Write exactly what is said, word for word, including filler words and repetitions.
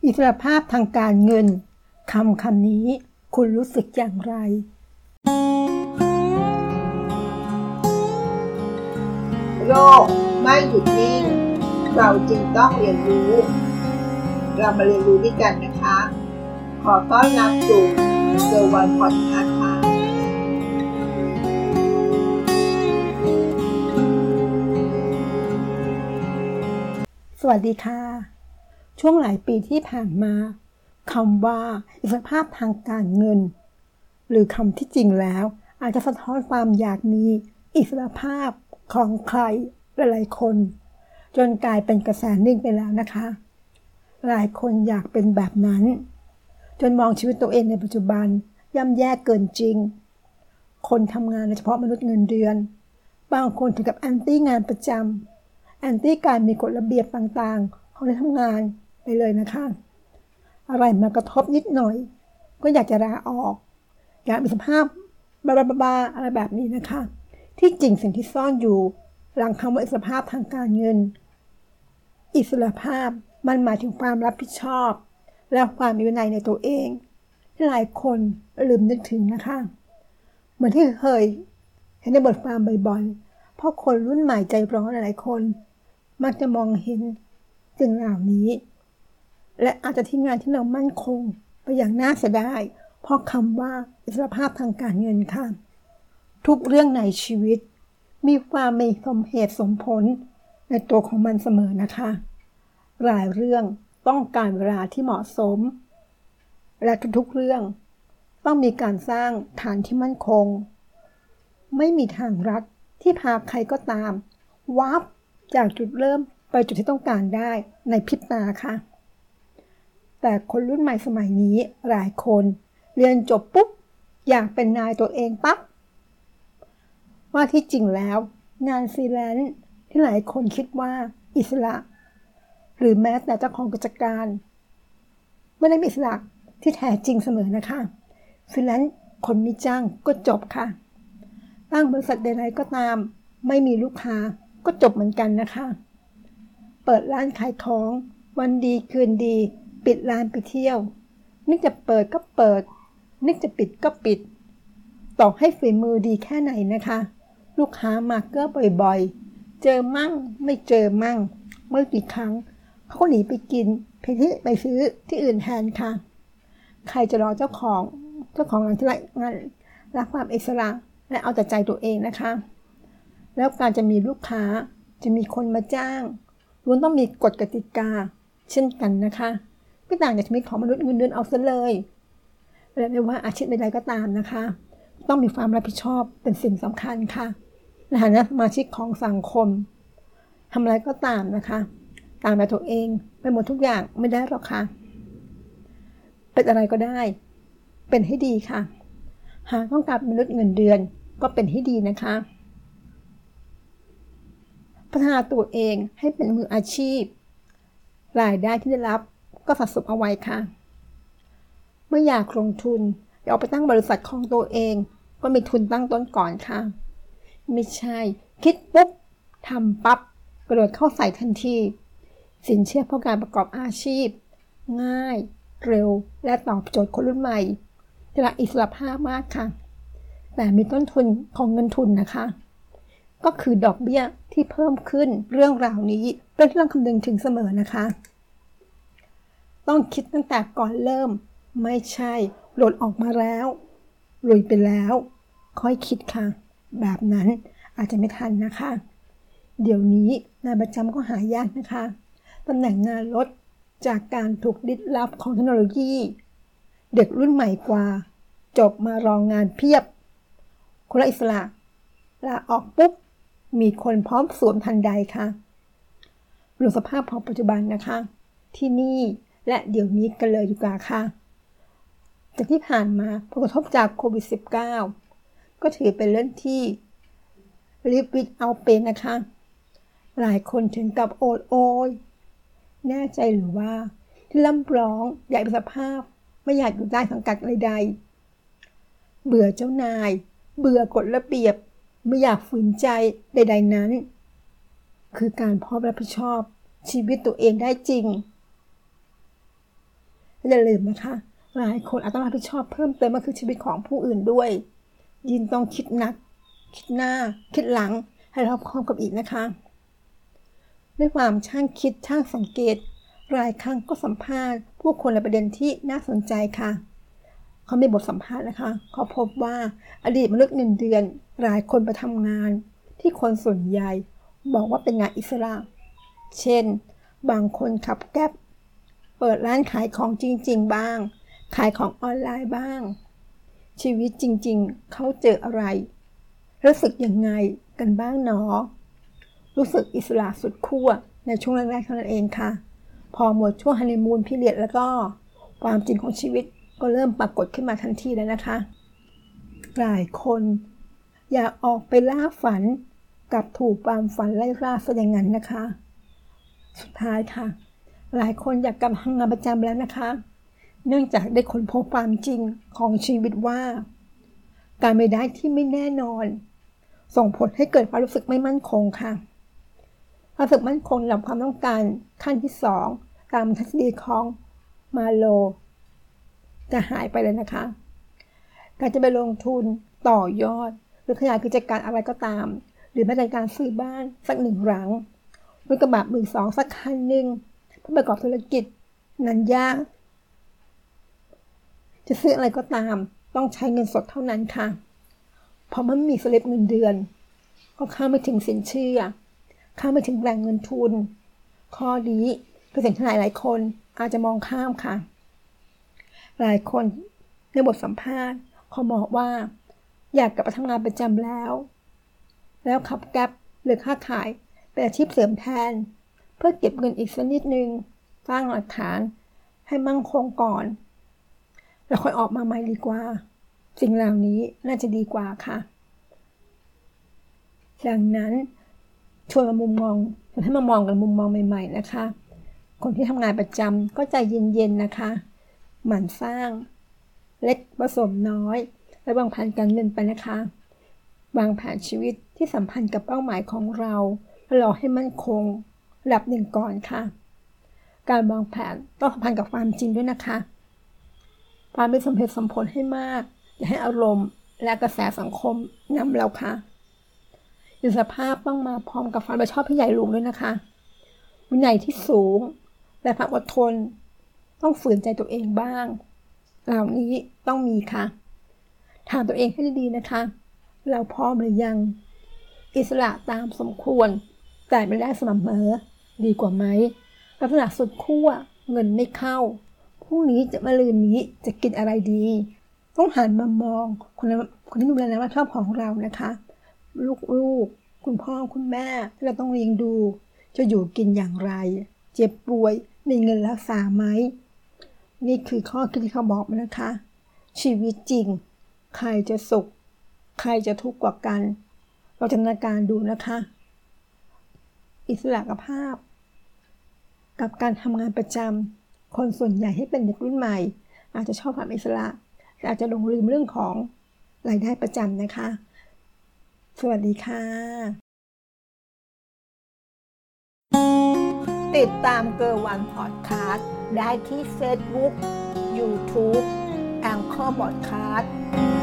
อิสรภาพทางการเงินคำคำนี้คุณรู้สึกอย่างไรโลกไม่หยุดนิ่งเราจึงต้องเรียนรู้เรามาเรียนรู้ด้วยกันนะคะขอต้อนรับสู่เซอร์วันพอดคาสต์ค่ะสวัสดีค่ะช่วงหลายปีที่ผ่านมาคำว่าอิสรภาพทางการเงินหรือคำที่จริงแล้วอาจจะสะท้อนความอยากมีอิสรภาพของใครหลายๆคนจนกลายเป็นกระแสนิ่งไปแล้วนะคะหลายคนอยากเป็นแบบนั้นจนมองชีวิตตัวเองในปัจจุบันย่ำแย่เกินจริงคนทำงานโดยเฉพาะมนุษย์เงินเดือนบางคนถึงกับแอนตี้งานประจำแอนตี้การมีกฎระเบียบต่างๆของที่ทำงานไปเลยนะคะอะไรมากระทบนิดหน่อยก็อยากจะลาออกอยากมีสภาพบลาบลาอะไรแบบนี้นะคะที่จริงสิ่งที่ซ่อนอยู่หลังคำว่าอิสรภาพทางการเงินอิสรภาพมันหมายถึงความรับผิดชอบและความมีวินัยในตัวเองที่หลายคนลืมนึกถึงนะคะเหมือนที่เคยเห็นในบทความบ่อยๆเพราะคนรุ่นใหม่ใจร้อนหลายคนมักจะมองเห็นสิ่งเหล่านี้และอาจจะทิ้งงานที่เรามั่นคงไปอย่างน่าเสียดายเพราะคำว่าอิสรภาพทางการเงินค่ะทุกเรื่องในชีวิตมีความมีสมเหตุสมผลในตัวของมันเสมอนะคะหลายเรื่องต้องการเวลาที่เหมาะสมและทุกๆเรื่องต้องมีการสร้างฐานที่มั่นคงไม่มีทางรักที่พาใครก็ตามวับจากจุดเริ่มไปจุดที่ต้องการได้ในพริบตาค่ะแต่คนรุ่นใหม่สมัยนี้หลายคนเรียนจบปุ๊บอยากเป็นนายตัวเองปั๊บว่าที่จริงแล้วงานฟรีแลนซ์ที่หลายคนคิดว่าอิสระหรือแม้แต่เจ้าของกิจการไม่ได้มีอิสระที่แท้จริงเสมอนะคะฟรีแลนซ์คนมีจ้างก็จบค่ะตั้งบริษัทใดๆก็ตามไม่มีลูกค้าก็จบเหมือนกันนะคะเปิดร้านขายของวันดีคืนดีปิดร้านไปเที่ยวนึกจะเปิดก็เปิดนึกจะปิดก็ปิดต่อให้ฝีมือดีแค่ไหนนะคะลูกค้ามาเกื้อบ่อยๆเจอมั่งไม่เจอมั่งเมื่อกี่ครั้งเขาก็หนีไปกินไปที่ไปซื้อที่อื่นแทนค่ะใครจะรอเจ้าของเจ้าของร้านที่ไร้งานรักความอิสระและเอาแต่ใจตัวเองนะคะแล้วการจะมีลูกค้าจะมีคนมาจ้างล้วนต้องมีกฎกติกาเช่นกันนะคะไม่ต่างจากชีวิตของมนุษย์เงินเดือนเอาซะเลยและไม่ว่าอาชีพใดๆก็ตามนะคะต้องมีความรับผิดชอบเป็นสิ่งสำคัญค่ะในฐานะสมาชิกของสังคมทำอะไรก็ตามนะคะตามแบบตัวเองไปหมดทุกอย่างไม่ได้หรอกค่ะเป็นอะไรก็ได้เป็นให้ดีค่ะหากต้องการมนุษย์เงินเดือนก็เป็นให้ดีนะคะพัฒนาตัวเองให้เป็นมืออาชีพรายได้ที่ได้รับก็สะสมเอาไว้ค่ะเมื่ออยากลงทุนอยากเอาไปตั้งบริษัทของตัวเองก็มีทุนตั้งต้นก่อนค่ะไม่ใช่คิดปุ๊บทำปั๊บกระโดดเข้าใส่ทันทีสินเชื่อเพื่อการประกอบอาชีพง่ายเร็วและตอบโจทย์คนรุ่นใหม่ที่รักอิสรภาพมากค่ะแต่มีต้นทุนของเงินทุนนะคะก็คือดอกเบี้ยที่เพิ่มขึ้นเรื่องราวนี้เป็นที่ต้องคำนึงถึงเสมอนะคะต้องคิดตั้งแต่ก่อนเริ่มไม่ใช่โหลดออกมาแล้วลุยไปแล้วค่อยคิดค่ะแบบนั้นอาจจะไม่ทันนะคะเดี๋ยวนี้งานประจำก็หายากนะคะตำแหน่งงานลดจากการถูกดิดลับของเทคโนโลยีเด็กรุ่นใหม่กว่าจบมารองงานเพียบคนละอิสระลาออกปุ๊บมีคนพร้อมสวมทันใดค่ะดูสภาพของปัจจุบันนะคะที่นี่และเดี๋ยวนี้กันเลยดีกว่าค่ะจากที่ผ่านมาผลกระทบจากโควิด สิบเก้า ก็ถือเป็นเรื่องที่ลิฟวิดเอาเป็นนะคะหลายคนถึงกับโอดโอยแน่ใจหรือว่าที่ร่ำร้องอยากมีสภาพไม่อยากอยู่ใต้สังกัดใดๆเบื่อเจ้านายเบื่อกฎระเบียบไม่อยากฝืนใจใดๆนั้นคือการพร้อมรับผิดชอบชีวิตตัวเองได้จริงอย่าลืมนะคะหลายคนอาจต้องรับผิดชอบเพิ่มเติมก็คือชีวิตของผู้อื่นด้วยยินต้องคิดนักคิดหน้าคิดหลังให้รอบคอบกับอีกนะคะด้วยความช่างคิดช่างสังเกตหลายครั้งก็สัมภาษณ์ผู้คนในประเด็นที่น่าสนใจค่ะเขามีบทสัมภาษณ์นะคะเขาพบว่าอดีตมนุษย์เงินเดือนหลายคนไปทำงานที่คนส่วนใหญ่บอกว่าเป็นงานอิสระเช่นบางคนขับแก๊ปเปิดร้านขายของจริงๆบ้างขายของออนไลน์บ้างชีวิตจริงๆเขาเจออะไรรู้สึกยังไงกันบ้างหนอรู้สึกอิสระสุดขั้วในช่วงแรกๆเท่านั้นเองค่ะพอหมดช่วงฮันนีมูนพีเรียดแล้วก็ความจริงของชีวิตก็เริ่มปรากฏขึ้นมาทันทีแล้วนะคะหลายคนอยากออกไปล่าฝันกับถูกความฝันไล่ล่าซะอย่างนั้นนะคะสุดท้ายค่ะหลายคนอยากกลับมาทำงานประจำแล้วนะคะเนื่องจากได้ค้นพบความจริงของชีวิตว่าการไม่ได้ที่ไม่แน่นอนส่งผลให้เกิดความรู้สึกไม่มั่นคงค่ะความรู้สึกมั่นคงกับความต้องการขั้นที่สองตามทฤษฎีของมาโลจะหายไปเลยนะคะการจะไปลงทุนต่อยอดหรือขยายกิจการอะไรก็ตามหรือแม้แต่การซื้อบ้านสักหนึ่งหลังรถกระบะมือสองสักคันหนึ่งเพื่อประกอบธุรกิจนั้นยากจะซื้ออะไรก็ตามต้องใช้เงินสดเท่านั้นค่ะเพราะมันมีสลิปเงินเดือนก็เข้าไม่ถึงสินเชื่อเข้าไม่ถึงแหล่งเงินทุนข้อนี้เป็นสิ่งที่หลายหลายคนอาจจะมองข้ามค่ะหลายคนในบทสัมภาษณ์เขาบอกว่าอยากกลับไปทำงานประจำแล้วแล้วขับแก๊ปหรือค้าขายเป็นอาชีพเสริมแทนเพื่อเก็บเงินอีกสักนิดนึงสร้างหลักฐานให้มั่งคงก่อนแล้วค่อยออกมาใหม่ดีกว่าสิ่งเหล่านี้น่าจะดีกว่าค่ะดังนั้นชวนมามุมมองชวนให้มามองกันมุมมองใหม่ๆนะคะคนที่ทำงานประจำก็ใจเย็นๆนะคะหมั่นสร้างเล็กผสมน้อยและวางแผนการเงินไปนะคะวางแผนชีวิตที่สัมพันธ์กับเป้าหมายของเราและรอให้มั่นคงระดับหนึ่งก่อนค่ะการวางแผนต้องสัมพันธ์กับความจริงด้วยนะคะความไม่สมเหตุสมผลให้มากอย่าให้อารมณ์และกระแสสังคมนำเราค่ะอิสรภาพต้องมาพร้อมกับความรับผิดชอบที่ใหญ่หลวงด้วยนะคะวินัยที่สูงและความอดทนต้องฝืนใจตัวเองบ้างเหล่านี้ต้องมีค่ะถามตัวเองให้ดีๆนะคะเราพร้อมหรือยังอิสระตามสมควรแต่ไม่ได้สม่ำเสมอดีกว่าไหมลักษณะสุดขั้วเงินไม่เข้าพรุ่งนี้จะมาลืนนี้จะกินอะไรดีต้องหันมามองคนคนที่ดูแลและรับผิดชอบของเรานะคะลูกๆคุณพ่อคุณแม่ที่เราต้องเลี้ยงดูจะอยู่กินอย่างไรเจ็บป่วยมีเงินรักษาไหมนี่คือข้อคิดที่เขาบอกมานะคะชีวิตจริงใครจะสุขใครจะทุกข์กว่ากันเราจินตนาการดูนะคะอิสระภาพกับการทำงานประจำคนส่วนใหญ่ให้เป็นเด็กรุ่นใหม่อาจจะชอบความอิสระแต่อาจจะหลงลืมเรื่องของรายได้ประจำนะคะสวัสดีค่ะติดตามเกอร์วันพอดคาสต์ได้ที่ Facebook YouTube Anchor Podcast